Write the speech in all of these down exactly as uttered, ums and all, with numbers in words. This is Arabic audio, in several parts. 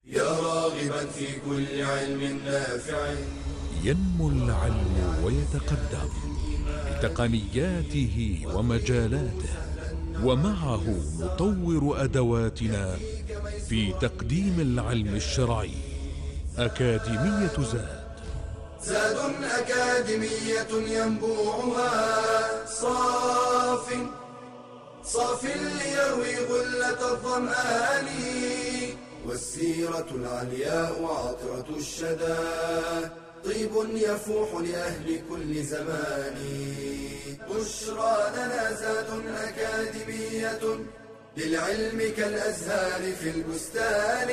يا راغبا في كل علم نافع. ينمو العلم ويتقدم بتقنياته ومجالاته، ومعه نطور أدواتنا في تقديم العلم الشرعي. أكاديمية زاد زاد أكاديمية ينبوعها صاف صاف ليروي غلة الظمآن، والسيرة العلياء عطرة الشدى طيب يفوح لأهل كل زمان. بشرى لنا زاد أكاديمية للعلم كالأزهار في البستان.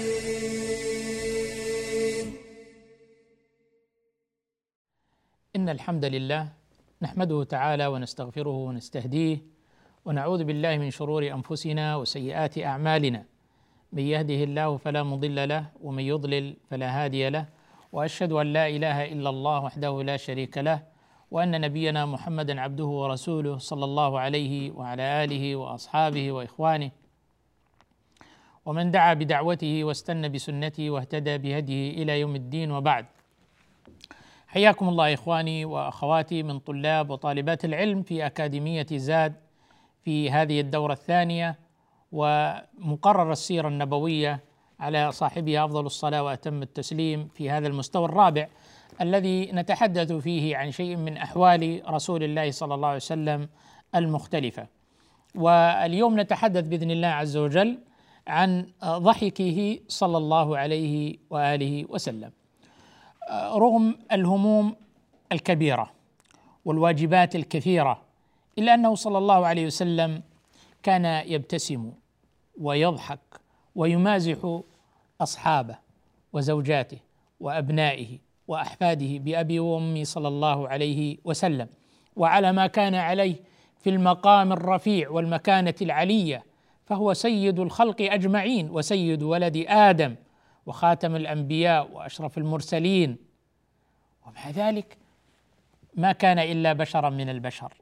إن الحمد لله نحمده تعالى ونستغفره ونستهديه، ونعوذ بالله من شرور أنفسنا وسيئات أعمالنا. من يهده الله فلا مضل له، ومن يضلل فلا هادي له، وأشهد أن لا إله إلا الله وحده لا شريك له، وأن نبينا محمدا عبده ورسوله صلى الله عليه وعلى آله وأصحابه وإخوانه ومن دعا بدعوته واستنى بسنته واهتدى بهديه إلى يوم الدين، وبعد. حياكم الله إخواني وأخواتي من طلاب وطالبات العلم في أكاديمية زاد في هذه الدورة الثانية، ومقرر السيرة النبوية على صاحبها أفضل الصلاة وأتم التسليم في هذا المستوى الرابع الذي نتحدث فيه عن شيء من أحوال رسول الله صلى الله عليه وسلم المختلفة. واليوم نتحدث بإذن الله عز وجل عن ضحكه صلى الله عليه وآله وسلم رغم الهموم الكبيرة والواجبات الكثيرة، إلا أنه صلى الله عليه وسلم كان يبتسم ويضحك ويمازح أصحابه وزوجاته وأبنائه وأحفاده بأبي وأمي صلى الله عليه وسلم، وعلى ما كان عليه في المقام الرفيع والمكانة العلية، فهو سيد الخلق أجمعين وسيد ولد آدم وخاتم الأنبياء وأشرف المرسلين، ومع ذلك ما كان إلا بشرا من البشر.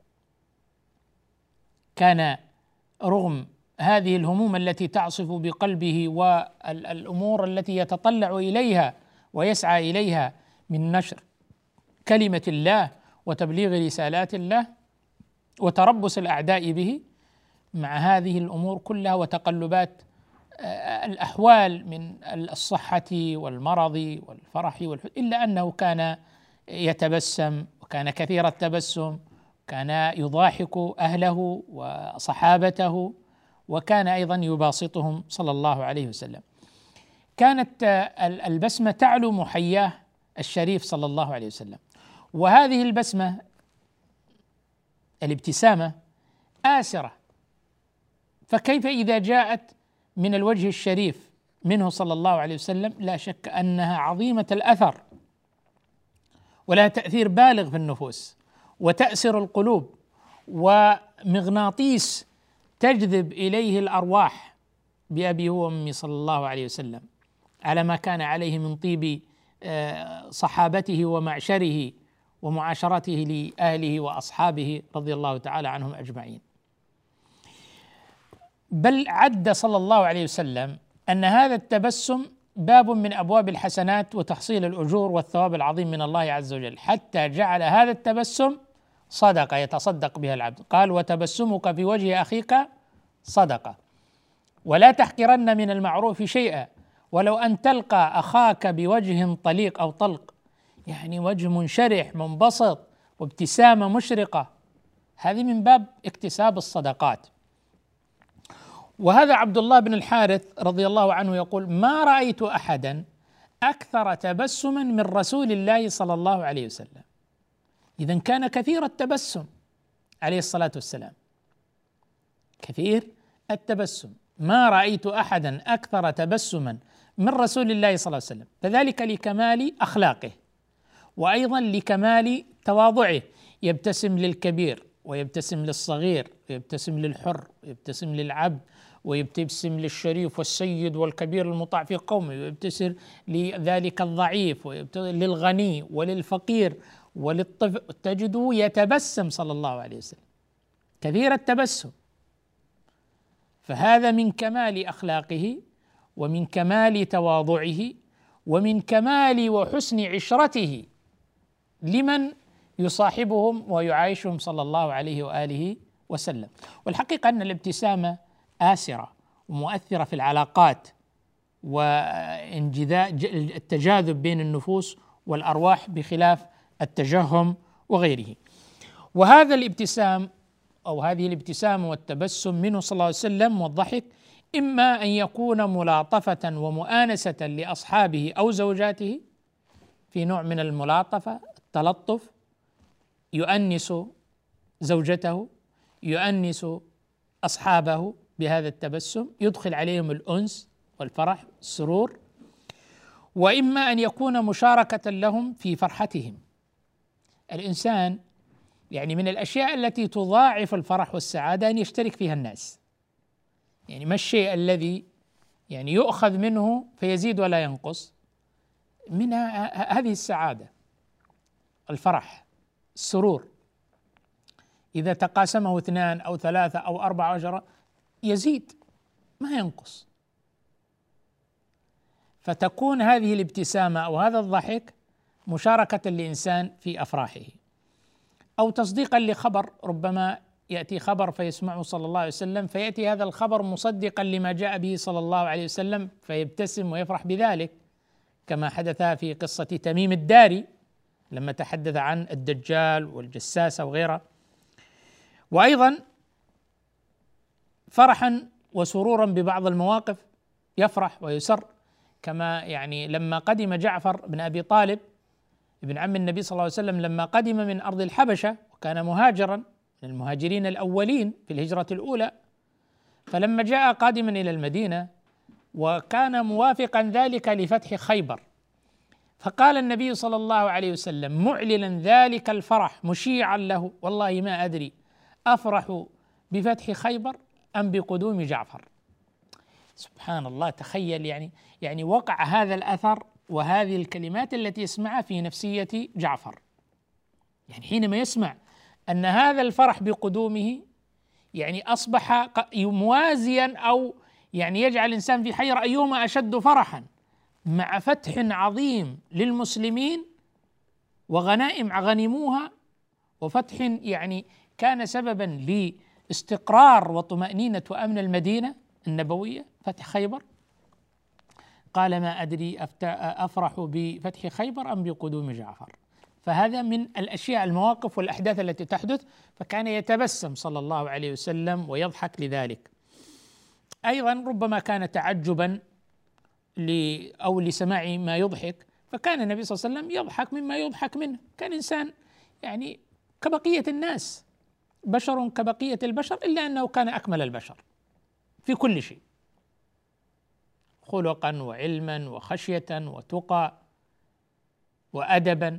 كان رغم هذه الهموم التي تعصف بقلبه والأمور التي يتطلع إليها ويسعى إليها من نشر كلمة الله وتبليغ رسالات الله وتربص الأعداء به، مع هذه الأمور كلها وتقلبات الأحوال من الصحة والمرض والفرح والحزن، إلا أنه كان يتبسم وكان كثير التبسم، كان يضاحك أهله وصحابته، وكان أيضا يباسطهم صلى الله عليه وسلم. كانت البسمة تعلو محياه الشريف صلى الله عليه وسلم، وهذه البسمة الابتسامة آسرة، فكيف إذا جاءت من الوجه الشريف منه صلى الله عليه وسلم؟ لا شك أنها عظيمة الأثر ولها تأثير بالغ في النفوس وتأسر القلوب، ومغناطيس تجذب إليه الأرواح بأبي وأمي صلى الله عليه وسلم، على ما كان عليه من طيب صحابته ومعشره ومعاشرته لأهله وأصحابه رضي الله تعالى عنهم أجمعين. بل عد صلى الله عليه وسلم أن هذا التبسم باب من أبواب الحسنات وتحصيل الأجور والثواب العظيم من الله عز وجل، حتى جعل هذا التبسم صدقة يتصدق بها العبد. قال: وتبسمك في وجه أخيك صدقة، ولا تحقرن من المعروف شيئا ولو أن تلقى أخاك بوجه طليق أو طلق، يعني وجه منشرح منبسط وابتسامة مشرقة، هذه من باب اكتساب الصدقات. وهذا عبد الله بن الحارث رضي الله عنه يقول: ما رأيت أحدا أكثر تبسما من رسول الله صلى الله عليه وسلم. إذن كان كثير التبسم عليه الصلاة والسلام، كثير التبسم، ما رأيت أحدا أكثر تبسما من رسول الله صلى الله عليه وسلم، فذلك لكمال أخلاقه وأيضا لكمال تواضعه، يبتسم للكبير ويبتسم للصغير ويبتسم للحر ويبتسم للعبد ويبتسم للشريف والسيد والكبير المطاع في قومه، ويبتسم لذلك الضعيف وللغني وللفقير وللطفل، تجده يتبسم صلى الله عليه وسلم، كثير التبسم. فهذا من كمال أخلاقه ومن كمال تواضعه ومن كمال وحسن عشرته لمن يصاحبهم ويعايشهم صلى الله عليه وآله وسلم. والحقيقة أن الابتسامة آسرة ومؤثرة في العلاقات والتجاذب بين النفوس والأرواح بخلاف التجهم وغيره. وهذا الابتسام أو هذه الابتسامة والتبسم منه صلى الله عليه وسلم والضحك إما أن يكون ملاطفة ومؤانسة لأصحابه أو زوجاته في نوع من الملاطفة التلطف، يؤنس زوجته يؤنس أصحابه بهذا التبسم، يدخل عليهم الأنس والفرح السرور. وإما أن يكون مشاركة لهم في فرحتهم. الإنسان يعني من الأشياء التي تضاعف الفرح والسعادة أن يشترك فيها الناس، يعني ما الشيء الذي يعني يؤخذ منه فيزيد ولا ينقص، منها هذه السعادة الفرح السرور. إذا تقاسمه اثنان أو ثلاثة أو أربعة عشرة يزيد ما ينقص. فتكون هذه الابتسامة أو هذا الضحك مشاركة لإنسان في أفراحه، أو تصديقا لخبر، ربما يأتي خبر فيسمعه صلى الله عليه وسلم فيأتي هذا الخبر مصدقا لما جاء به صلى الله عليه وسلم فيبتسم ويفرح بذلك، كما حدث في قصة تميم الداري لما تحدث عن الدجال والجساسة وغيرها. وأيضا فرحا وسرورا ببعض المواقف يفرح ويسر، كما يعني لما قدم جعفر بن أبي طالب ابن عم النبي صلى الله عليه وسلم لما قدم من أرض الحبشة وكان مهاجرا من المهاجرين الأولين في الهجرة الأولى، فلما جاء قادما إلى المدينة وكان موافقا ذلك لفتح خيبر، فقال النبي صلى الله عليه وسلم معلنا ذلك الفرح مشيعا له: والله ما أدري أفرح بفتح خيبر أم بقدوم جعفر. سبحان الله، تخيل يعني يعني وقع هذا الأثر وهذه الكلمات التي يسمعها في نفسية جعفر، يعني حينما يسمع أن هذا الفرح بقدومه يعني أصبح موازيا أو يعني يجعل الإنسان في حيرة أيهما أشد فرحا، مع فتح عظيم للمسلمين وغنائم غنموها وفتح يعني كان سببا لاستقرار وطمأنينة وأمن المدينة النبوية، فتح خيبر. قال ما أدري أفرح بفتح خيبر أم بقدوم جعفر. فهذا من الأشياء المواقف والأحداث التي تحدث، فكان يتبسم صلى الله عليه وسلم ويضحك لذلك. أيضا ربما كان تعجبا أو لسماع ما يضحك، فكان النبي صلى الله عليه وسلم يضحك مما يضحك منه، كان إنسان يعني كبقية الناس، بشر كبقية البشر، إلا أنه كان أكمل البشر في كل شيء، خلقا وعلما وخشية وتقى وأدبا.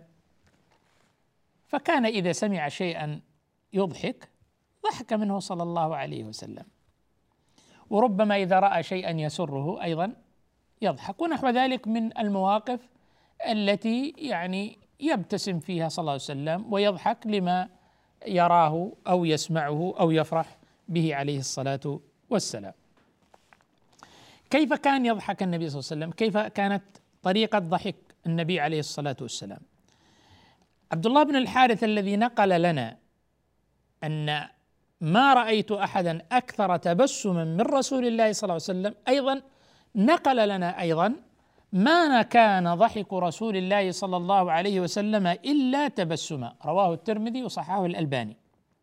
فكان إذا سمع شيئا يضحك ضحك منه صلى الله عليه وسلم، وربما إذا رأى شيئا يسره أيضا يضحك، ونحو ذلك من المواقف التي يعني يبتسم فيها صلى الله عليه وسلم ويضحك لما يراه أو يسمعه أو يفرح به عليه الصلاة والسلام. كيف كان يضحك النبي صلى الله عليه وسلم؟ كيف كانت طريقة ضحك النبي عليه الصلاة والسلام؟ عبد الله بن الحارث الذي نقل لنا أن ما رأيت أحدا أكثر تبسما من رسول الله صلى الله عليه وسلم أيضا نقل لنا أيضا ما كان ضحك رسول الله صلى الله عليه وسلم إلا تبسما، رواه الترمذي وصححه الألباني.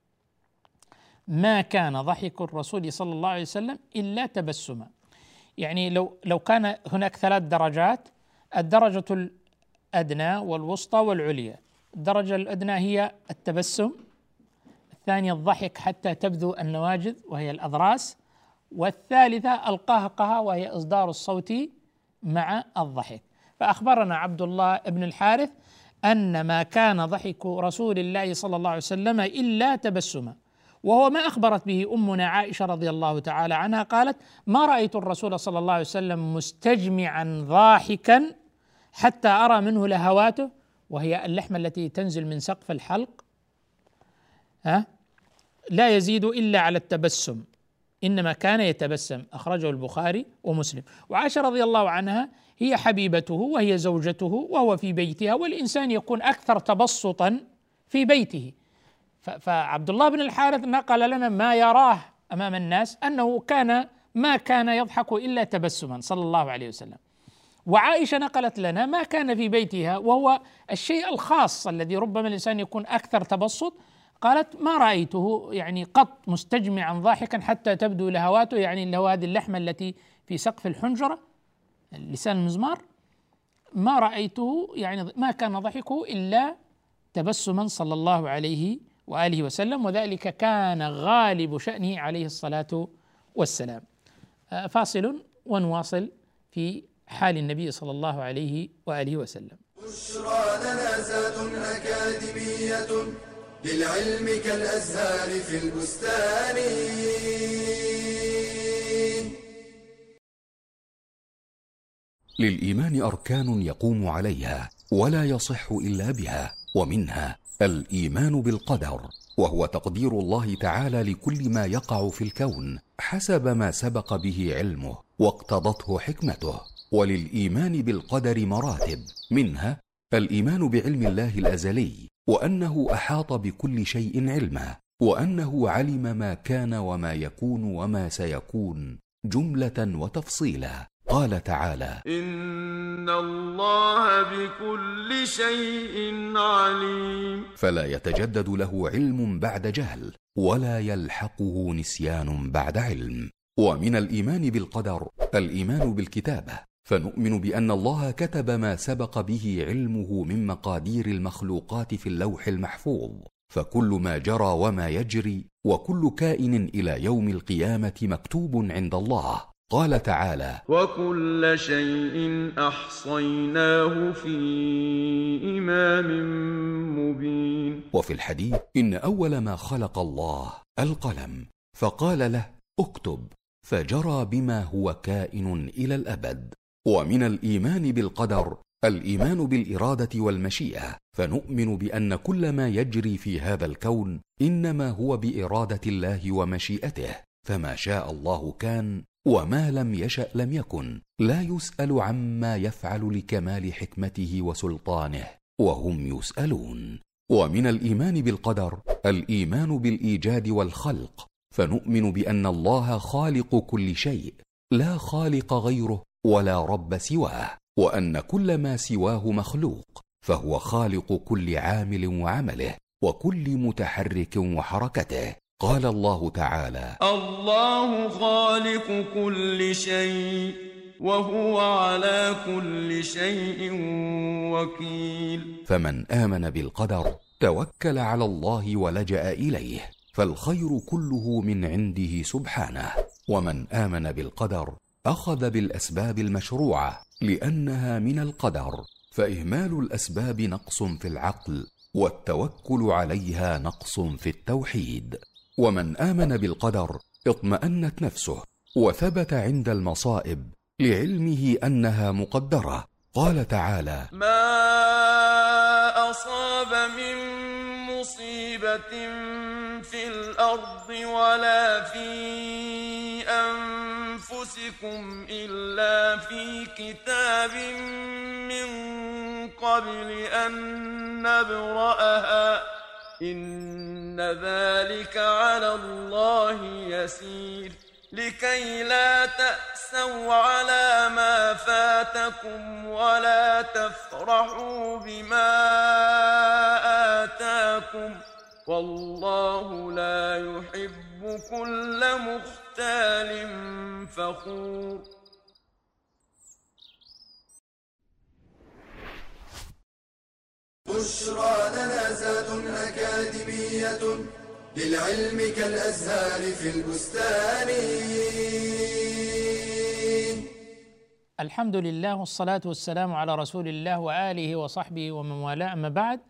ما كان ضحك الرسول صلى الله عليه وسلم إلا تبسما، يعني لو لو كان هناك ثلاث درجات، الدرجة الأدنى والوسطى والعليا. الدرجة الأدنى هي التبسم، الثانية الضحك حتى تبدو النواجذ وهي الأضراس، والثالثة القهقهة وهي إصدار الصوت مع الضحك. فأخبرنا عبد الله بن الحارث أن ما كان ضحك رسول الله صلى الله عليه وسلم إلا تبسما، وهو ما أخبرت به أمنا عائشة رضي الله تعالى عنها، قالت: ما رأيت الرسول صلى الله عليه وسلم مستجمعا ضاحكا حتى أرى منه لهواته، وهي اللحمة التي تنزل من سقف الحلق، ها لا يزيد إلا على التبسم، إنما كان يتبسم، أخرجه البخاري ومسلم. وعائشة رضي الله عنها هي حبيبته وهي زوجته وهو في بيتها، والإنسان يكون أكثر تبسطا في بيته. فعبد الله بن الحارث نقل لنا ما يراه أمام الناس، أنه كان ما كان يضحك إلا تبسما صلى الله عليه وسلم. وعائشة نقلت لنا ما كان في بيتها، وهو الشيء الخاص الذي ربما الإنسان يكون أكثر تبسط. قالت: ما رأيته يعني قط مستجمعا ضاحكا حتى تبدو لهواته، يعني اللي هو هذه اللحمة التي في سقف الحنجرة، لسان المزمار، ما رأيته يعني ما كان ضحكه إلا تبسما صلى الله عليه وآله وسلم، وذلك كان غالب شأنه عليه الصلاة والسلام. فاصل ونواصل في حال النبي صلى الله عليه وآله وسلم. بشرى لنا زاد أكاديمية للعلم كالأزهار في البستان. للإيمان أركان يقوم عليها ولا يصح إلا بها، ومنها الإيمان بالقدر، وهو تقدير الله تعالى لكل ما يقع في الكون حسب ما سبق به علمه واقتضته حكمته. وللإيمان بالقدر مراتب، منها الإيمان بعلم الله الأزلي، وأنه أحاط بكل شيء علما، وأنه علم ما كان وما يكون وما سيكون جملة وتفصيلا. قال تعالى: إن الله بكل شيء عليم. فلا يتجدد له علم بعد جهل، ولا يلحقه نسيان بعد علم. ومن الإيمان بالقدر الإيمان بالكتابة، فنؤمن بأن الله كتب ما سبق به علمه من مقادير المخلوقات في اللوح المحفوظ، فكل ما جرى وما يجري وكل كائن إلى يوم القيامة مكتوب عند الله. قال تعالى: وكل شيء أحصيناه في إمام مبين. وفي الحديث: إن أول ما خلق الله القلم، فقال له: اكتب، فجرى بما هو كائن إلى الأبد. ومن الإيمان بالقدر الإيمان بالإرادة والمشيئة، فنؤمن بأن كل ما يجري في هذا الكون إنما هو بإرادة الله ومشيئته، فما شاء الله كان، وما لم يشأ لم يكن. لا يسأل عما يفعل لكمال حكمته وسلطانه، وهم يسألون. ومن الإيمان بالقدر الإيمان بالإيجاد والخلق، فنؤمن بأن الله خالق كل شيء، لا خالق غيره ولا رب سواه، وأن كل ما سواه مخلوق، فهو خالق كل عامل وعمله وكل متحرك وحركته. قال الله تعالى: الله خالق كل شيء وهو على كل شيء وكيل. فمن آمن بالقدر توكل على الله ولجأ إليه، فالخير كله من عنده سبحانه. ومن آمن بالقدر أخذ بالأسباب المشروعة لأنها من القدر، فإهمال الأسباب نقص في العقل، والتوكل عليها نقص في التوحيد. ومن آمن بالقدر اطمأنت نفسه وثبت عند المصائب لعلمه أنها مقدرة. قال تعالى: ما أصاب من مصيبة في الأرض ولا في أنفسكم إلا في كتاب من قبل أن نبرأها إن ذلك على الله يسير. لكي لا تأسوا على ما فاتكم ولا تفرحوا بما آتاكم والله لا يحب كل مختال فخور. بشرى لنا زاد أكاديمية للعلم كالأزهار في البستان. الحمد لله والصلاة والسلام على رسول الله وآله وصحبه ومن والاه، أما بعد.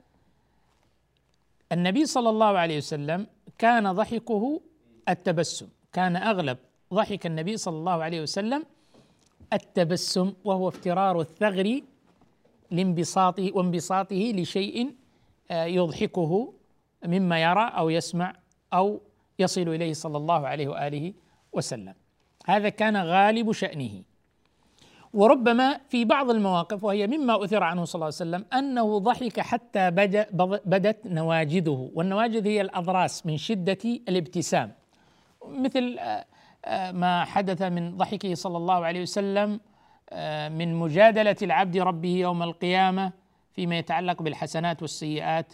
النبي صلى الله عليه وسلم كان ضحكه التبسم، كان أغلب ضحك النبي صلى الله عليه وسلم التبسم، وهو افترار الثغر لانبساطه وانبساطه لشيء يضحكه مما يرى أو يسمع أو يصل إليه صلى الله عليه وآله وسلم. هذا كان غالب شأنه. وربما في بعض المواقف، وهي مما أثر عنه صلى الله عليه وسلم، أنه ضحك حتى بدت نواجذه، والنواجذ هي الأضراس من شدة الابتسام، مثل ما حدث من ضحكه صلى الله عليه وسلم من مجادلة العبد ربه يوم القيامة فيما يتعلق بالحسنات والسيئات،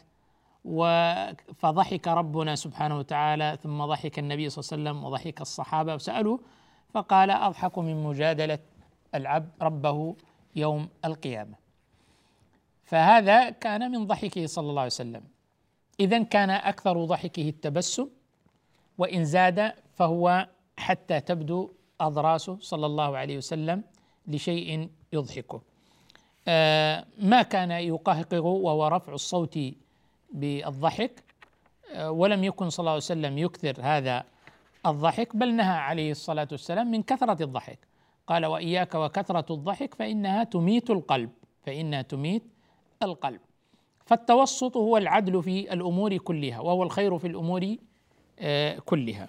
فضحك ربنا سبحانه وتعالى، ثم ضحك النبي صلى الله عليه وسلم وضحك الصحابة وسألوا، فقال: أضحك من مجادلة العبد ربه يوم القيامة. فهذا كان من ضحكه صلى الله عليه وسلم. إذن كان أكثر ضحكه التبسم، وإن زاد فهو حتى تبدو أضراسه صلى الله عليه وسلم لشيء يضحكه. آه ما كان يقهقر وهو رفع الصوت بالضحك، آه ولم يكن صلى الله عليه وسلم يكثر هذا الضحك، بل نهى عليه الصلاة والسلام من كثرة الضحك. قال: وإياك وكثرة الضحك فإنها تميت القلب فإنها تميت القلب. فالتوسط هو العدل في الأمور كلها، وهو الخير في الأمور آه كلها.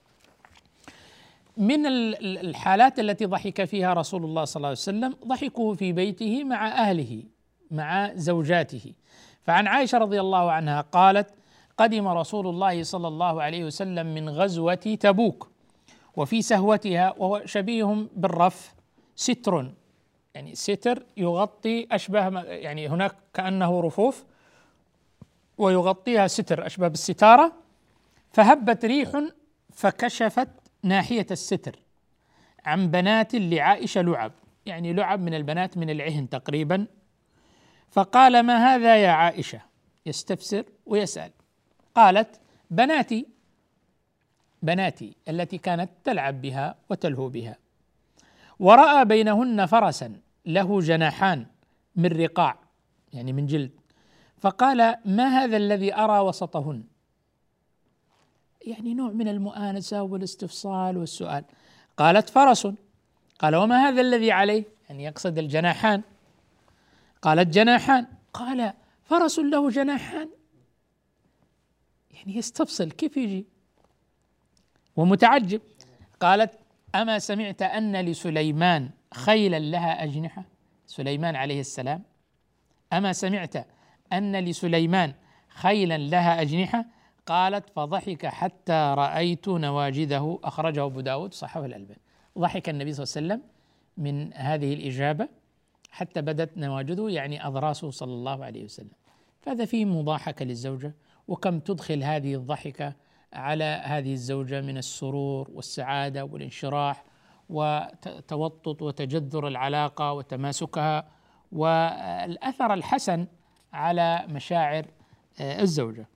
من الحالات التي ضحك فيها رسول الله صلى الله عليه وسلم ضحكه في بيته مع أهله مع زوجاته. فعن عائشة رضي الله عنها قالت: قدم رسول الله صلى الله عليه وسلم من غزوة تبوك، وفي سهوتها، وهو شبيه بالرف، ستر، يعني ستر يغطي أشبه، يعني هناك كأنه رفوف ويغطيها ستر أشبه بالستارة، فهبت ريح فكشفت ناحية الستر عن بنات لعائشة لعب، يعني لعب من البنات من العهن تقريبا. فقال: ما هذا يا عائشة؟ يستفسر ويسأل. قالت: بناتي بناتي التي كانت تلعب بها وتلهو بها. ورأى بينهن فرسا له جناحان من رقاع، يعني من جلد. فقال: ما هذا الذي أرى وسطهن؟ يعني نوع من المؤانسة والاستفصال والسؤال. قالت: فرس. قال: وما هذا الذي عليه؟ يعني يقصد الجناحان. قالت: جناحان. قال: فرس له جناحان؟ يعني يستفصل، كيف يجي؟ ومتعجب. قالت: أما سمعت أن لسليمان خيلا لها أجنحة؟ سليمان عليه السلام، أما سمعت أن لسليمان خيلا لها أجنحة؟ قالت: فضحك حتى رأيت نواجذه. أخرجه أبو داود صححه الألباني. ضحك النبي صلى الله عليه وسلم من هذه الإجابة حتى بدت نواجذه، يعني أضراسه صلى الله عليه وسلم. فهذا فيه مضاحكة للزوجة، وكم تدخل هذه الضحكة على هذه الزوجة من السرور والسعادة والانشراح وتوطد وتجذر العلاقة وتماسكها والأثر الحسن على مشاعر الزوجة.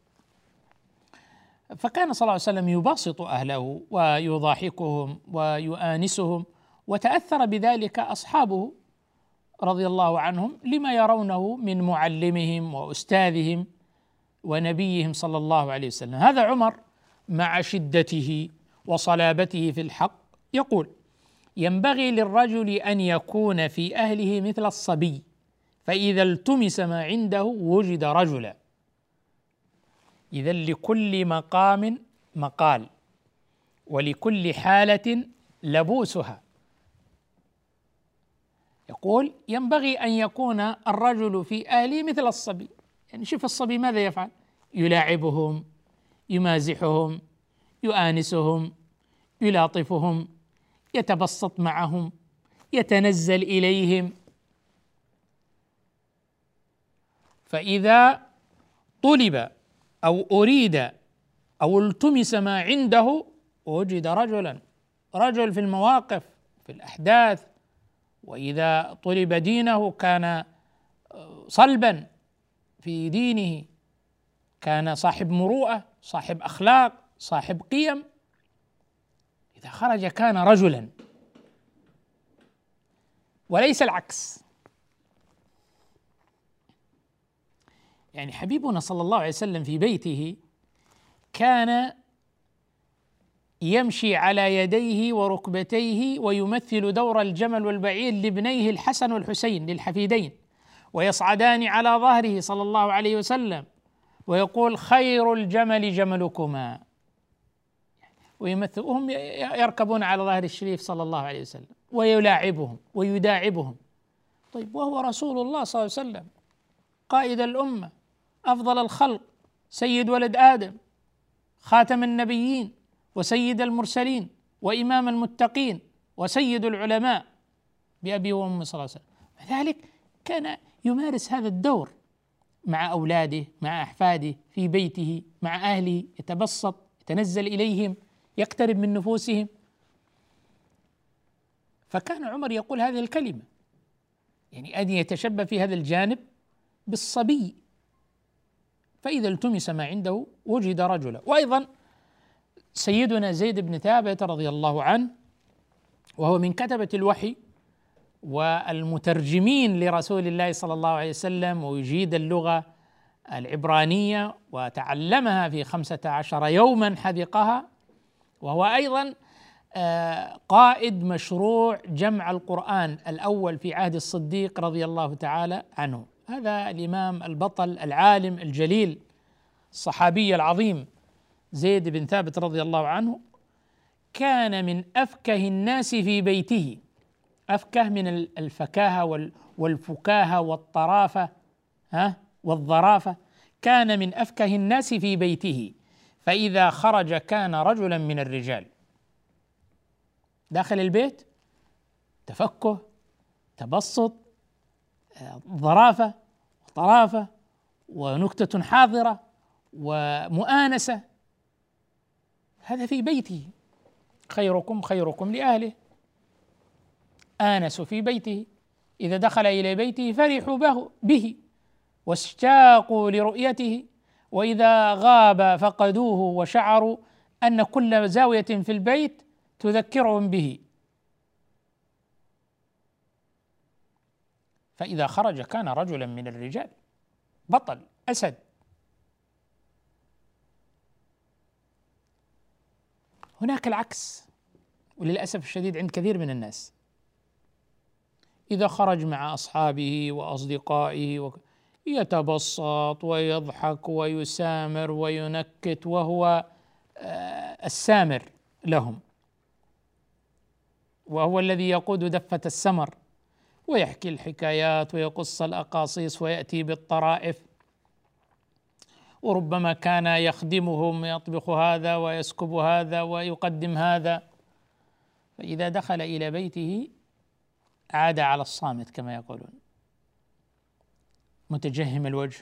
فكان صلى الله عليه وسلم يباسط أهله ويضاحكهم ويؤانسهم، وتأثر بذلك أصحابه رضي الله عنهم لما يرونه من معلمهم وأستاذهم ونبيهم صلى الله عليه وسلم. هذا عمر مع شدته وصلابته في الحق يقول: ينبغي للرجل أن يكون في أهله مثل الصبي، فإذا التمس ما عنده وجد رجلا. إذا لكل مقام مقال، ولكل حالة لبوسها. يقول: ينبغي أن يكون الرجل في أهله مثل الصبي. يعني شوف الصبي ماذا يفعل؟ يلاعبهم، يمازحهم، يؤانسهم، يلاطفهم، يتبسط معهم، يتنزل إليهم. فإذا طلب أو أريد أو التمس ما عنده وجد رجلا، رجل في المواقف في الأحداث. وإذا طلب دينه كان صلبا في دينه، كان صاحب مروءة، صاحب أخلاق، صاحب قيم. إذا خرج كان رجلا وليس العكس. يعني حبيبنا صلى الله عليه وسلم في بيته كان يمشي على يديه وركبتيه ويمثل دور الجمل والبعير لابنيه الحسن والحسين للحفيدين، ويصعدان على ظهره صلى الله عليه وسلم ويقول: خير الجمل جملكما. ويمثل وهم يركبون على ظهر الشريف صلى الله عليه وسلم ويلاعبهم ويداعبهم. طيب وهو رسول الله صلى الله عليه وسلم قائد الأمة، أفضل الخلق، سيد ولد آدم، خاتم النبيين وسيد المرسلين وإمام المتقين وسيد العلماء بأبي وأمي صلى الله عليه وسلم، لذلك كان يمارس هذا الدور مع أولاده، مع أحفاده، في بيته، مع أهله، يتبسط، يتنزل إليهم، يقترب من نفوسهم. فكان عمر يقول هذه الكلمة، يعني أن يتشبه في هذا الجانب بالصبي، فإذا التمس ما عنده وجد رجلا. وأيضا سيدنا زيد بن ثابت رضي الله عنه، وهو من كتبة الوحي والمترجمين لرسول الله صلى الله عليه وسلم، ويجيد اللغة العبرانية وتعلمها في خمسة عشر يوما حذقها، وهو أيضا قائد مشروع جمع القرآن الأول في عهد الصديق رضي الله تعالى عنه. هذا الإمام البطل العالم الجليل الصحابي العظيم زيد بن ثابت رضي الله عنه كان من أفكه الناس في بيته، أفكه من الفكاهة والفكاهة والطرافة ها والظرافة، كان من أفكه الناس في بيته، فإذا خرج كان رجلا من الرجال. داخل البيت تفكه، تبسط، ظرافة وطرافة ونكتة حاضرة ومؤانسة، هذا في بيته. خيركم خيركم لأهله، آنسوا في بيته، إذا دخل إلى بيته فرحوا به واشتاقوا لرؤيته، وإذا غاب فقدوه وشعروا أن كل زاوية في البيت تذكرهم به. فإذا خرج كان رجلا من الرجال، بطل، أسد. هناك العكس، وللأسف الشديد عند كثير من الناس، إذا خرج مع أصحابه وأصدقائه يتبسط ويضحك ويسامر وينكت، وهو السامر لهم، وهو الذي يقود دفة السمر ويحكي الحكايات ويقص الأقاصيص ويأتي بالطرائف، وربما كان يخدمهم، يطبخ هذا ويسكب هذا ويقدم هذا. فإذا دخل إلى بيته عاد على الصامت كما يقولون، متجهم الوجه،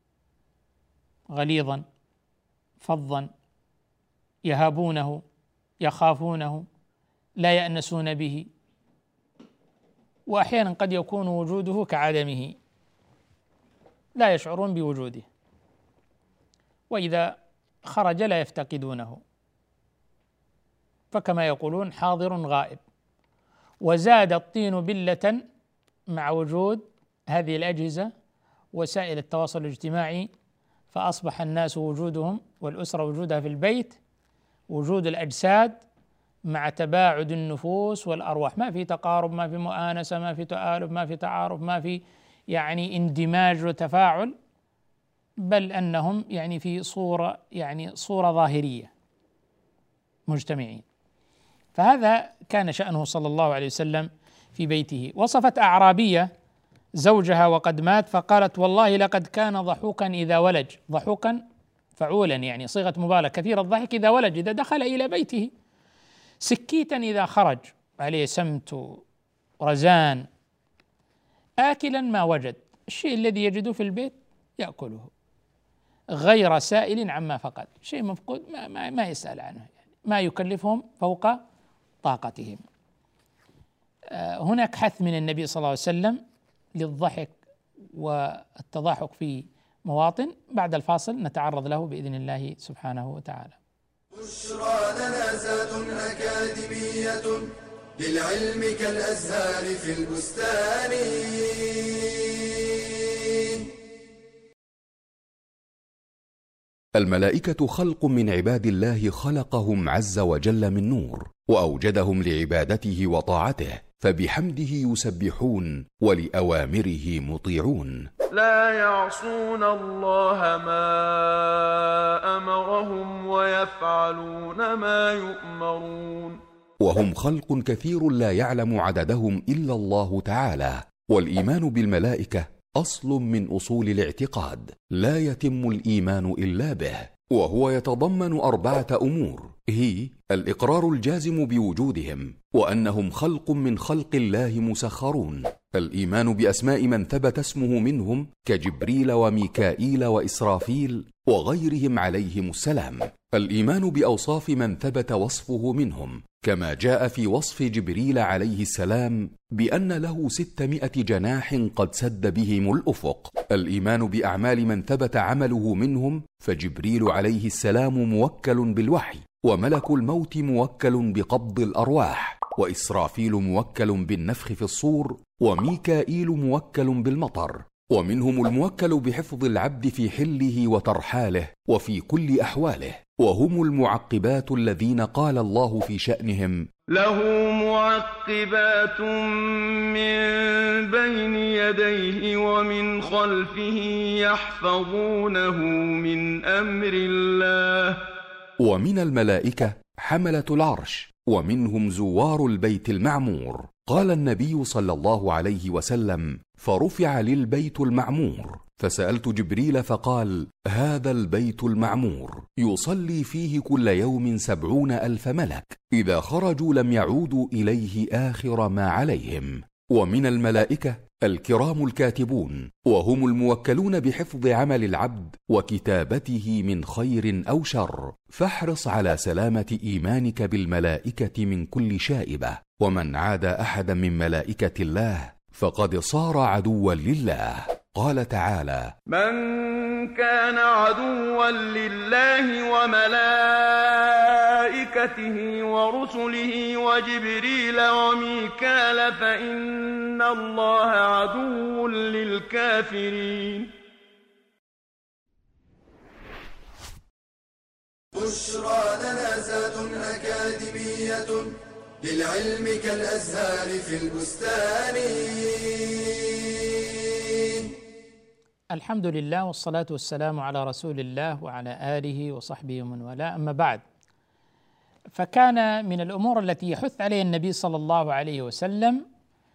غليظا فظا، يهابونه، يخافونه، لا يأنسون به، وأحيانا قد يكون وجوده كعدمه، لا يشعرون بوجوده، وإذا خرج لا يفتقدونه، فكما يقولون حاضر غائب. وزاد الطين بلة مع وجود هذه الأجهزة وسائل التواصل الاجتماعي، فأصبح الناس وجودهم والأسرة وجودها في البيت وجود الأجساد مع تباعد النفوس والأرواح، ما في تقارب، ما في مؤانسة، ما في تآلف، ما في تعارف، ما في يعني اندماج وتفاعل، بل أنهم يعني في صورة يعني صورة ظاهرية مجتمعين. فهذا كان شأنه صلى الله عليه وسلم في بيته. وصفت أعرابية زوجها وقد مات فقالت: والله لقد كان ضحوكا إذا ولج، ضحوكا فعولا يعني صيغة مبالغة، كثير الضحك إذا ولج، إذا دخل إلى بيته، سكيتا إذا خرج، عليه سمت ورزان، آكلا ما وجد، الشيء الذي يجده في البيت يأكله، غير سائل عما فقد، شيء مفقود ما, ما, ما يسأل عنه، يعني ما يكلفهم فوق طاقتهم. آه هناك حث من النبي صلى الله عليه وسلم للضحك والتضاحك في مواطن. بعد الفاصل نتعرض له بإذن الله سبحانه وتعالى. بشرى لنا زاد أكاديمية للعلم كالأزهار في البستان. الملائكة خلق من عباد الله خلقهم عز وجل من نور، وأوجدهم لعبادته وطاعته، فبحمده يسبحون ولأوامره مطيعون. لا يعصون الله ما أمرهم ويفعلون ما يؤمرون. وهم خلق كثير لا يعلم عددهم إلا الله تعالى. والإيمان بالملائكة أصل من أصول الاعتقاد لا يتم الإيمان إلا به، وهو يتضمن أربعة أمور، هي الإقرار الجازم بوجودهم، وأنهم خلق من خلق الله مسخرون، الإيمان بأسماء من ثبت اسمه منهم كجبريل وميكائيل وإسرافيل وغيرهم عليهم السلام، الإيمان بأوصاف من ثبت وصفه منهم كما جاء في وصف جبريل عليه السلام بأن له ستمائة جناح قد سد بهم الأفق، الإيمان بأعمال من ثبت عمله منهم، فجبريل عليه السلام موكل بالوحي، وملك الموت موكل بقبض الأرواح، وإسرافيل موكل بالنفخ في الصور، وميكائيل موكل بالمطر، ومنهم الموكل بحفظ العبد في حله وترحاله وفي كل أحواله، وهم المعقبات الذين قال الله في شأنهم: له معقبات من بين يديه ومن خلفه يحفظونه من أمر الله. ومن الملائكة حملة العرش، ومنهم زوار البيت المعمور. قال النبي صلى الله عليه وسلم: فرفع للبيت المعمور، فسألت جبريل فقال: هذا البيت المعمور يصلي فيه كل يوم سبعون ألف ملك، إذا خرجوا لم يعودوا إليه آخر ما عليهم. ومن الملائكة الكرام الكاتبون، وهم الموكلون بحفظ عمل العبد وكتابته من خير أو شر، فاحرص على سلامة إيمانك بالملائكة من كل شائبة، ومن عاد أحدا من ملائكة الله فقد صار عدوا لله. قال تعالى: من كان عدوا لله وملائكته ورسله وجبريل وميكال فإن الله عدو للكافرين. بشرى لنا زاد أكاديمية للعلم كالأزهار في البستان. الحمد لله والصلاة والسلام على رسول الله وعلى آله وصحبه ومن والاه، أما بعد، فكان من الأمور التي يحث عليها النبي صلى الله عليه وسلم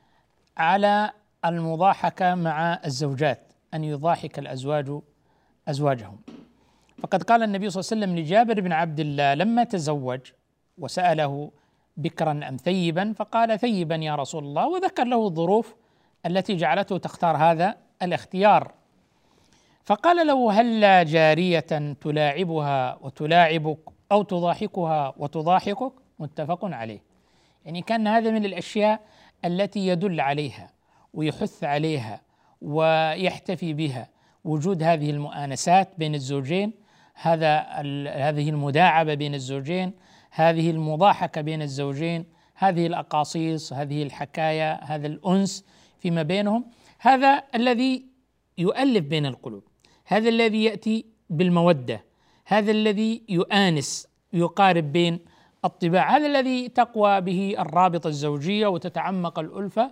على المضاحكة مع الزوجات، أن يضاحك الأزواج أزواجهم. فقد قال النبي صلى الله عليه وسلم لجابر بن عبد الله لما تزوج وسأله: بكرا أم ثيبا؟ فقال: ثيبا يا رسول الله، وذكر له الظروف التي جعلته تختار هذا الاختيار. فقال له: هل جارية تلاعبها وتلاعبك أو تضاحكها وتضاحكك؟ متفق عليه. يعني كان هذا من الأشياء التي يدل عليها ويحث عليها ويحتفي بها، وجود هذه المؤانسات بين الزوجين، هذا هذه المداعبة بين الزوجين، هذه المضاحكة بين الزوجين، هذه الأقاصيص، هذه الحكاية، هذا الأنس فيما بينهم، هذا الذي يؤلف بين القلوب، هذا الذي يأتي بالمودة، هذا الذي يؤانس يقارب بين الطباع، هذا الذي تقوى به الرابطة الزوجية وتتعمق الألفة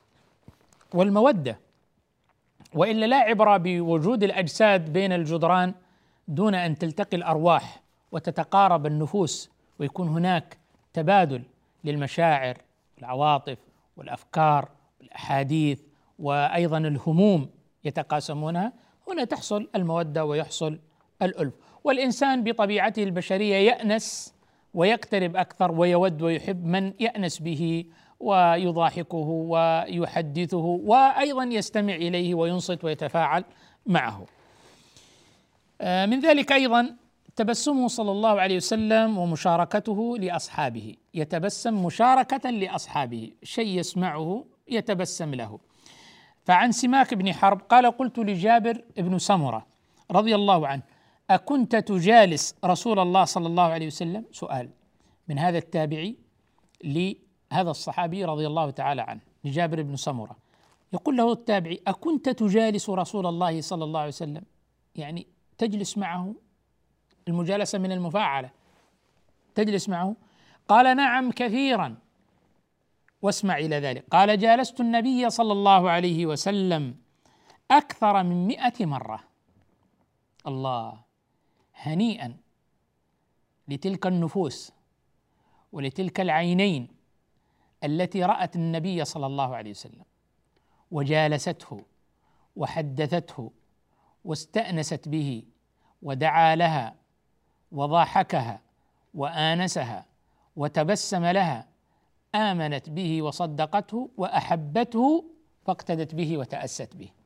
والمودة. وإلا لا عبرة بوجود الأجساد بين الجدران دون أن تلتقي الأرواح وتتقارب النفوس ويكون هناك تبادل للمشاعر والعواطف والأفكار والأحاديث وأيضا الهموم يتقاسمونها، هنا تحصل المودة ويحصل الألف. والإنسان بطبيعته البشرية يأنس ويقترب أكثر ويود ويحب من يأنس به ويضاحكه ويحدثه وأيضا يستمع إليه وينصت ويتفاعل معه. من ذلك أيضا تبسمه صلى الله عليه وسلم ومشاركته لأصحابه، يتبسم مشاركة لأصحابه، شيء يسمعه يتبسم له. فعن سماك بن حرب قال: قلت لجابر بن سمرة رضي الله عنه: أكنت تجالس رسول الله صلى الله عليه وسلم؟ سؤال من هذا التابعي لهذا الصحابي رضي الله تعالى عنه لجابر بن سمرة، يقول له التابعي: أكنت تجالس رسول الله صلى الله عليه وسلم؟ يعني تجلس معه، المجالسة من المفاعلة، تجلس معه؟ قال: نعم كثيرا. واسمع إلى ذلك، قال: جالست النبي صلى الله عليه وسلم أكثر من مئة مرة. الله، هنيئا لتلك النفوس ولتلك العينين التي رأت النبي صلى الله عليه وسلم وجالسته وحدثته واستأنست به ودعا لها وضاحكها وآنسها وتبسم لها، آمنت به وصدقته وأحبته فاقتدت به وتأست به.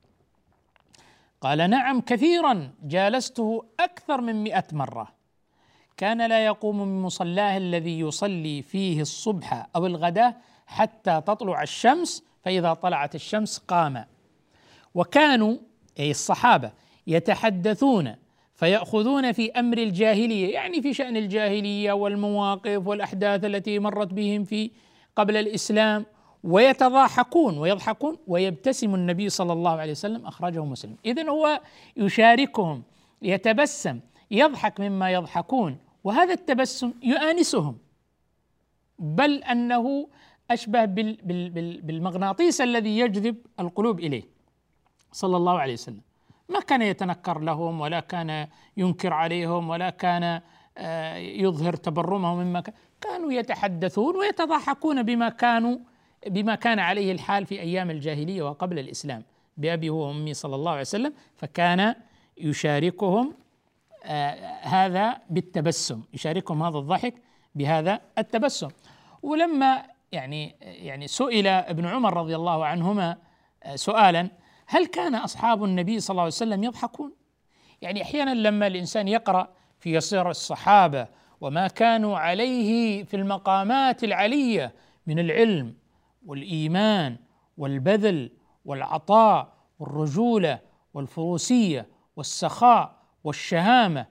قال: نعم كثيرا، جالسته أكثر من مئة مرة. كان لا يقوم من مصلاه الذي يصلي فيه الصبح أو الغداء حتى تطلع الشمس، فإذا طلعت الشمس قام. وكانوا أي الصحابة يتحدثون فيأخذون في أمر الجاهلية، يعني في شأن الجاهلية والمواقف والأحداث التي مرت بهم في قبل الإسلام، ويتضاحكون ويضحكون ويبتسم النبي صلى الله عليه وسلم. أخرجه مسلم. إذن هو يشاركهم، يتبسم، يضحك مما يضحكون، وهذا التبسم يؤانسهم، بل أنه أشبه بالمغناطيس الذي يجذب القلوب إليه صلى الله عليه وسلم. ما كان يتنكر لهم ولا كان ينكر عليهم ولا كان يظهر تبرمهم مما كان. كانوا يتحدثون ويتضاحكون بما كانوا بما كان عليه الحال في أيام الجاهلية وقبل الإسلام بأبي هو وأمي صلى الله عليه وسلم. فكان يشاركهم آه هذا بالتبسم، يشاركهم هذا الضحك بهذا التبسم. ولما يعني يعني سئل ابن عمر رضي الله عنهما آه سؤالا: هل كان أصحاب النبي صلى الله عليه وسلم يضحكون؟ يعني أحيانا لما الإنسان يقرأ في سير الصحابة وما كانوا عليه في المقامات العلية من العلم والإيمان والبذل والعطاء والرجولة والفروسية والسخاء والشهامة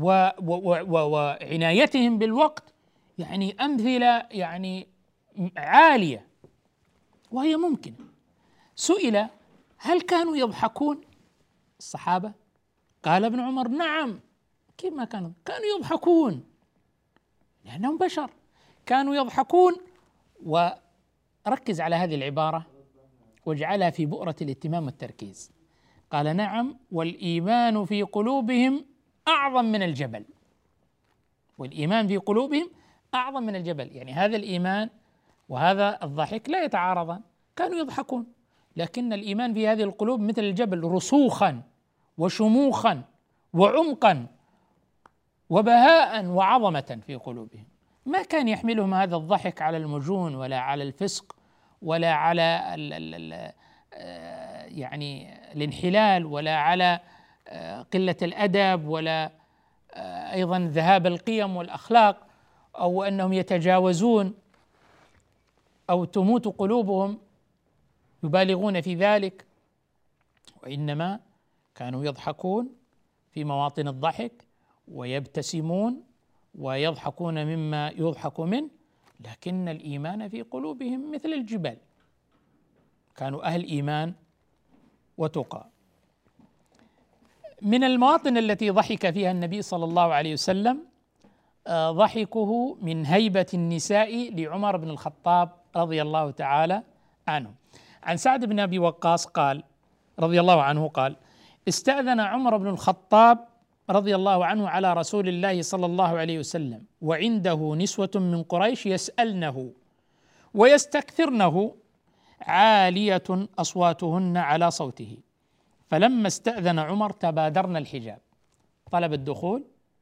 وعنايتهم بالوقت، يعني أمثلة يعني عالية وهي ممكنة. سئل: هل كانوا يضحكون الصحابة؟ قال ابن عمر: نعم. كيف ما كانوا؟ كانوا يضحكون لأنهم بشر، كانوا يضحكون. وركز على هذه العبارة واجعلها في بؤرة الاهتمام والتركيز. قال: نعم، والإيمان في قلوبهم أعظم من الجبل. والإيمان في قلوبهم أعظم من الجبل، يعني هذا الإيمان وهذا الضحك لا يتعارضان. كانوا يضحكون، لكن الإيمان في هذه القلوب مثل الجبل، رسوخا وشموخا وعمقا وبهاء وعظمة في قلوبهم. ما كان يحملهم هذا الضحك على المجون ولا على الفسق ولا على ال ال ال يعني الانحلال ولا على قلة الأدب ولا أيضا ذهاب القيم والأخلاق أو أنهم يتجاوزون أو تموت قلوبهم يبالغون في ذلك، وإنما كانوا يضحكون في مواطن الضحك ويبتسمون ويضحكون مما يضحك منه، لكن الإيمان في قلوبهم مثل الجبال. كانوا أهل إيمان وتقى. من المواطن التي ضحك فيها النبي صلى الله عليه وسلم ضحكه من هيبة النساء لعمر بن الخطاب رضي الله تعالى عنه. عن سعد بن أبي وقاص قال رضي الله عنه قال: استأذن عمر بن الخطاب رضي الله عنه على رسول الله صلى الله عليه وسلم وعنده نسوة من قريش يسألنه ويستكثرنه عالية أصواتهن على صوته، فلما استأذن عمر تبادرنا الحجاب، طلب الدخول،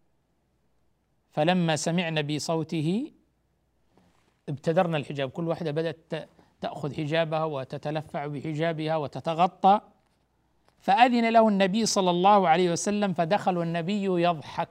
فلما سمعنا بصوته ابتدرنا الحجاب، كل واحدة بدأت تأخذ حجابها وتتلفع بحجابها وتتغطى، فأذن له النبي صلى الله عليه وسلم فدخل والنبي يضحك،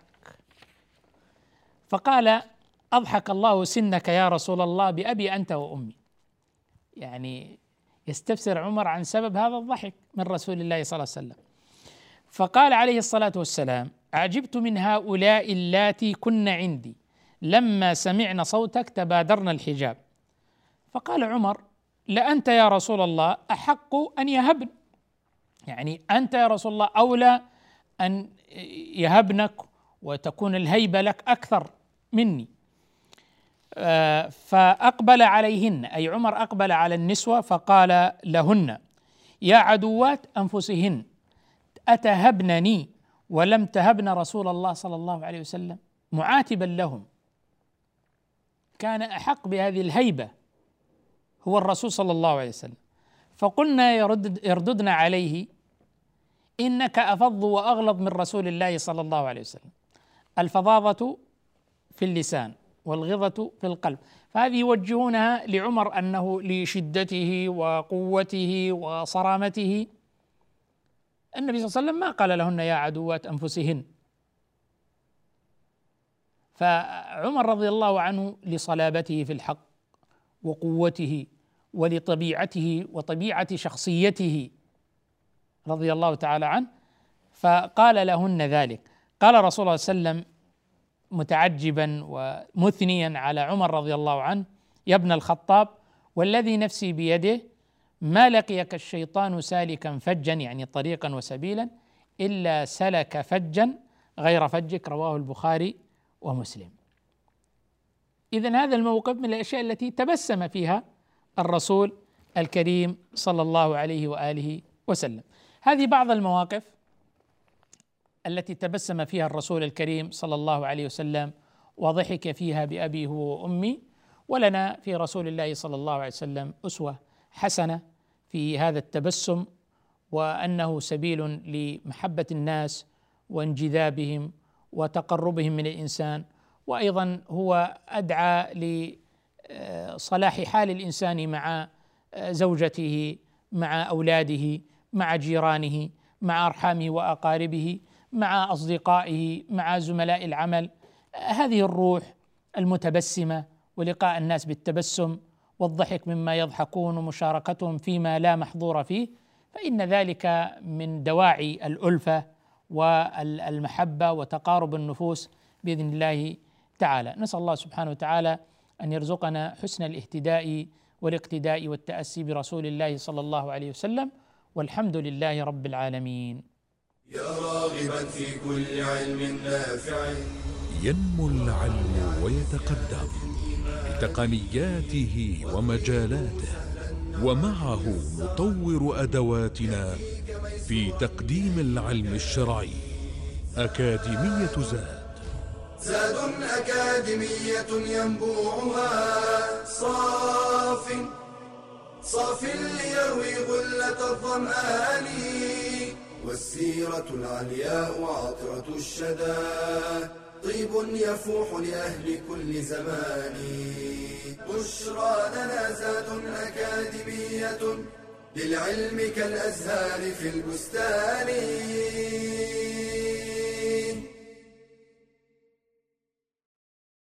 فقال: أضحك الله سنك يا رسول الله بأبي أنت وأمي. يعني يستفسر عمر عن سبب هذا الضحك من رسول الله صلى الله عليه وسلم، فقال عليه الصلاة والسلام: عجبت من هؤلاء اللاتي كن عندي لما سمعن صوتك تبادرن الحجاب. فقال عمر: لأنت يا رسول الله أحق أن يهبن، يعني أنت يا رسول الله أولى أن يهبنك وتكون الهيبة لك أكثر مني. فأقبل عليهن، أي عمر أقبل على النسوة فقال لهن: يا عدوات أنفسهن أتهبنني ولم تهبن رسول الله صلى الله عليه وسلم، معاتبا لهم. كان أحق بهذه الهيبة هو الرسول صلى الله عليه وسلم. فقلنا يرد يرددنا عليه: إنك أفظ وأغلظ من رسول الله صلى الله عليه وسلم. الفظاظة في اللسان والغضة في القلب، فهذه يوجهونها لعمر أنه لشدته وقوته وصرامته. النبي صلى الله عليه وسلم ما قال لهن يا عدوات أنفسهن. فعمر رضي الله عنه لصلابته في الحق وقوته ولطبيعته وطبيعة شخصيته رضي الله تعالى عنه، فقال لهن ذلك. قال رسول الله صلى الله عليه وسلم متعجبا ومثنيا على عمر رضي الله عنه: يا ابن الخطاب، والذي نفسي بيده ما لقيك الشيطان سالكا فجا، يعني طريقا وسبيلا، إلا سلك فجا غير فجك. رواه البخاري ومسلم. إذن هذا الموقف من الأشياء التي تبسم فيها الرسول الكريم صلى الله عليه وآله وسلم. هذه بعض المواقف التي تبسم فيها الرسول الكريم صلى الله عليه وسلم وضحك فيها بأبي هو وأمي. ولنا في رسول الله صلى الله عليه وسلم أسوة حسنة في هذا التبسم، وأنه سبيل لمحبة الناس وانجذابهم وتقربهم من الإنسان، وأيضا هو أدعى لصلاح حال الإنسان مع زوجته، مع أولاده، مع جيرانه، مع أرحامه وأقاربه، مع أصدقائه، مع زملاء العمل. هذه الروح المتبسمة ولقاء الناس بالتبسم والضحك مما يضحكون ومشاركتهم فيما لا محظور فيه، فإن ذلك من دواعي الألفة والمحبة وتقارب النفوس بإذن الله تعالى. نسأل الله سبحانه وتعالى أن يرزقنا حسن الاهتداء والاقتداء والتأسي برسول الله صلى الله عليه وسلم، والحمد لله رب العالمين. يا راغبا في كل علم نافع، ينمو العلم ويتقدم بتقنياته ومجالاته، ومعه نطور أدواتنا في تقديم العلم الشرعي. أكاديمية زاد، زاد أكاديمية ينبوعها صاف صاف ليروي غلة الظمآن، والسيرة العلياء عطرة الشدى طيب يفوح لأهل كل زمان. بشرى لنا زاد أكاديمية للعلم كالأزهار في البستان.